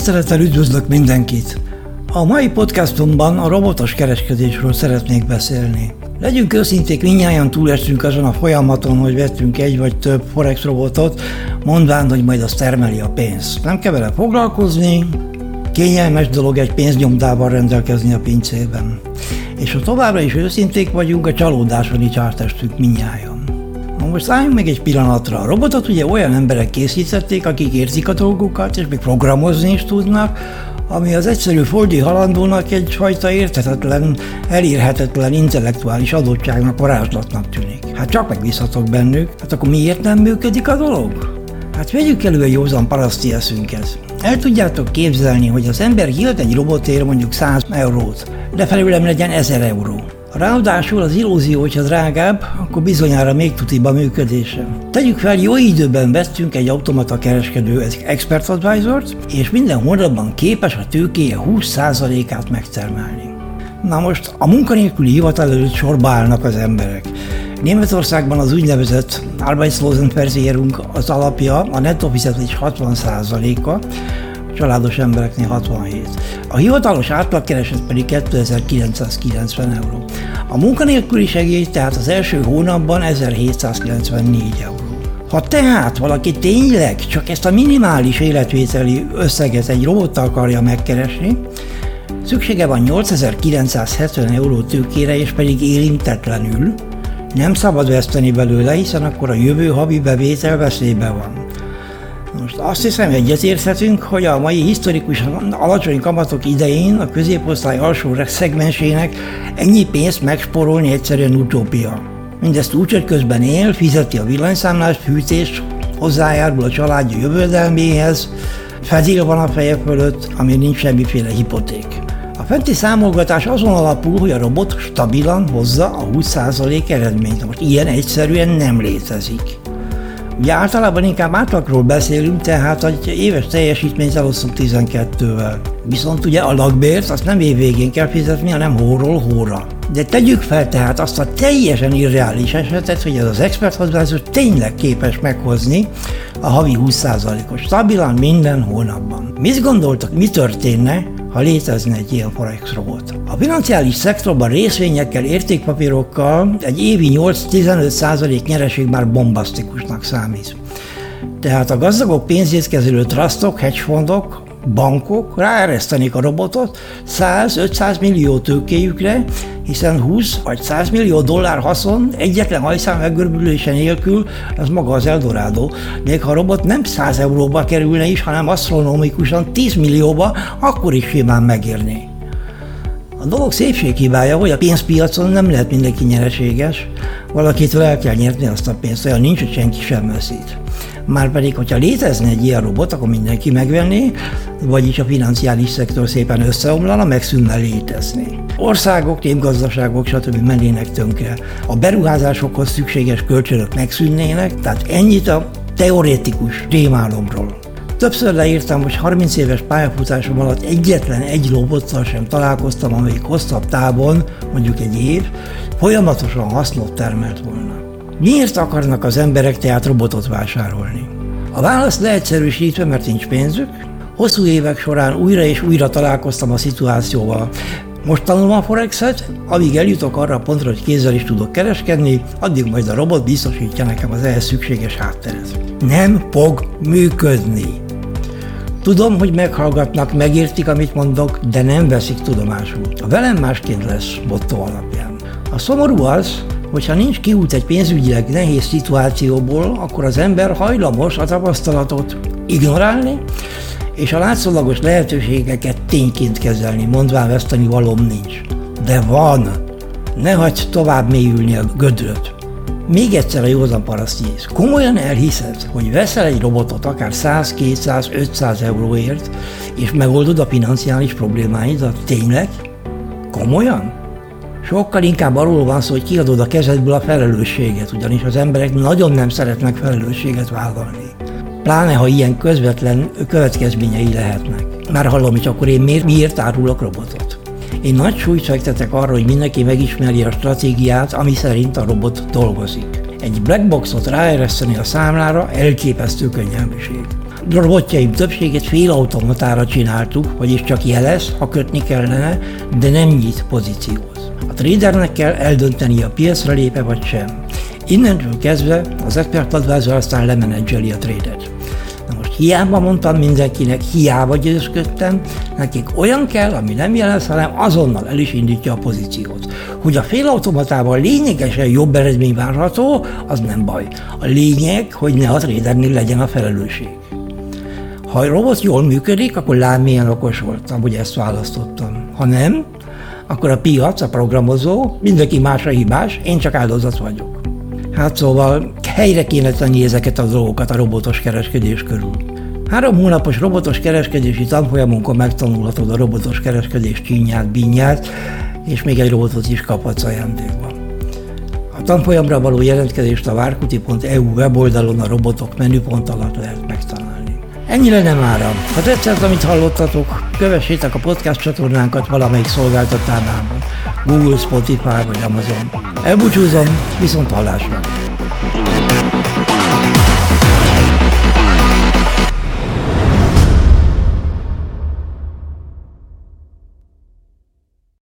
Tisztelettel üdvözlök mindenkit! A mai podcastomban a robotos kereskedésről szeretnék beszélni. Legyünk őszinték, mindnyájan túlestünk azon a folyamaton, hogy vettünk egy vagy több Forex robotot, mondván, hogy majd az termeli a pénzt. Nem kell vele foglalkozni, kényelmes dolog egy pénznyomdával rendelkezni a pincében. És ha továbbra is őszinték vagyunk, a csalódáson is átestünk mindnyájan. Most álljunk meg egy pillanatra. A robotot ugye olyan emberek készítették, akik érzik a dolgukat, és még programozni is tudnak, ami az egyszerű földi halandónak egyfajta érthetetlen, elérhetetlen intellektuális adottságnak, varázslatnak tűnik. Hát csak megbízhatok bennük, hát akkor miért nem működik a dolog? Hát vegyük elő egy józan paraszti eszünket. El tudjátok képzelni, hogy az ember hihet egy robotért mondjuk 100 eurót, de felőlem legyen 1000 euró. Ráadásul az illúzió, hogyha drágább, akkor bizonyára még tutibb a működése. Tegyük fel, jó időben vettünk egy automata kereskedő expert advisort, és minden hónapban képes a tőkéje 20%-át megtermelni. Na most a munkanélküli hivatal előtt sorba állnak az emberek. Németországban az úgynevezett Arbeitslosenversicherung az alapja, a nettó fizetés 60%-a, családos embereknél 67. A hivatalos átlagkereset pedig 2990 euró. A munkanélküli segély tehát az első hónapban 1794 euró. Ha tehát valaki tényleg csak ezt a minimális életvételi összeget egy robottal akarja megkeresni, szüksége van 8970 euró tőkére, és pedig érintetlenül, nem szabad veszteni belőle, hiszen akkor a jövő havi bevétel veszélyben van. Most azt hiszem, egyetérthetünk, hogy a mai historikusan alacsony kamatok idején a középosztály alsó szegmensének ennyi pénzt megspórolni egyszerűen utópia. Mindezt úgy, hogy közben él, fizeti a villanyszámlást, fűtést, hozzájárul a családja jövedelméhez, fedél van a feje fölött, ami nincs semmiféle hipoték. A fenti számolgatás azon alapul, hogy a robot stabilan hozza a 20% eredményt. Most ilyen egyszerűen nem létezik. Ugye általában inkább átlagról beszélünk, tehát egy éves teljesítményt elosztunk 12-vel. Viszont ugye a lakbért azt nem évvégén kell fizetni, hanem hóról hóra. De tegyük fel tehát azt a teljesen irreális esetet, hogy ez az expert advisor tényleg képes meghozni a havi 20%-os stabilan minden hónapban. Mit gondoltak, mi történne, ha létezne egy ilyen Forex robot? A financiális szektorban részvényekkel, értékpapírokkal egy évi 8-15% nyereség már bombasztikusnak számít. Tehát a gazdagok pénzét kezelő trustok, hedgefondok, bankok ráeresztenék a robotot 100-500 millió tőkéjükre, hiszen 20 vagy 100 millió dollár haszon egyetlen hajszál meggörbülése nélkül az maga az Eldorado. Még ha a robot nem 100 euróba kerülne is, hanem asztronómikusan 10 millióba, akkor is simán megérné. A dolog szépséghibája, hogy a pénzpiacon nem lehet mindenki nyereséges, valakitől el kell nyerni azt a pénzt, olyan nincs, hogy senki sem veszít. Márpedig, hogyha létezne egy ilyen robot, akkor mindenki megvenné, vagyis a financiális szektor szépen összeomlana, megszűnne létezni. Országok, népgazdaságok, stb. Mennének tönkre. A beruházásokhoz szükséges kölcsönök megszűnnének, tehát ennyit a teoretikus rémálomról. Többször leírtam, hogy 30 éves pályafutásom alatt egyetlen egy robottal sem találkoztam, amelyik hosszabb távon, mondjuk egy év, folyamatosan hasznot termelt volna. Miért akarnak az emberek tehát robotot vásárolni? A válasz leegyszerűsítve, mert nincs pénzük. Hosszú évek során újra és újra találkoztam a szituációval. Most tanulom a Forexet, amíg eljutok arra a pontra, hogy kézzel is tudok kereskedni, addig majd a robot biztosítja nekem az ehhez szükséges hátteret. Nem fog működni. Tudom, hogy meghallgatnak, megértik, amit mondok, de nem veszik tudomásul. A velem másként lesz motto alapján. A szomorú az, hogyha nincs kiút egy pénzügyileg nehéz szituációból, akkor az ember hajlamos a tapasztalatot ignorálni, és a látszólagos lehetőségeket tényként kezelni, mondván veszteni valóm nincs. De van! Ne hagyd tovább mélyülni a gödröt. Még egyszer a józan paraszti ész. Komolyan elhiszed, hogy veszel egy robotot akár 100, 200, 500 euróért, és megoldod a financiális problémáidat? Tényleg? Komolyan? Sokkal inkább arról van szó, hogy kiadod a kezedből a felelősséget, ugyanis az emberek nagyon nem szeretnek felelősséget vállalni. Pláne, ha ilyen közvetlen következményei lehetnek. Már hallom, hogy akkor én miért árulok robotot. Én nagy súlyt fektetek arra, hogy mindenki megismeri a stratégiát, ami szerint a robot dolgozik. Egy black boxot ráereszteni a számlára elképesztő könnyelműség. Robotjaim többségét félautomatára csináltuk, vagyis csak jelez, ha kötni kellene, de nem nyit pozícióhoz. A tradernek kell eldönteni, a piacra lép-e vagy sem. Innentől kezdve az expert advisor aztán lemenedzseli a tradet. Na most hiába mondtam mindenkinek, hiába győzködtem, nekik olyan kell, ami nem jelez, hanem azonnal el is indítja a pozíciót. Hogy a félautomatával lényegesen jobb eredmény várható, az nem baj. A lényeg, hogy ne a tradernél legyen a felelősség. Ha a robot jól működik, akkor lám milyen okos voltam, hogy ezt választottam. Ha nem, akkor a piac, a programozó, mindenki másra hibás, én csak áldozat vagyok. Hát szóval helyre kéne tenni ezeket a dolgokat a robotos kereskedés körül. 3 hónapos robotos kereskedési tanfolyamunkon megtanulhatod a robotos kereskedés csínyát, bínyát, és még egy robotot is kaphatsz ajándékba. A tanfolyamra való jelentkezést a várkuti.eu weboldalon a robotok menüpont alatt lehet megtalálni. Ennyire nem áram. Ha tetszett, amit hallottatok, kövessétek a podcast csatornánkat valamelyik szolgáltatásában, Google, Spotify vagy Amazon. Elbúcsúzom, viszont hallásra!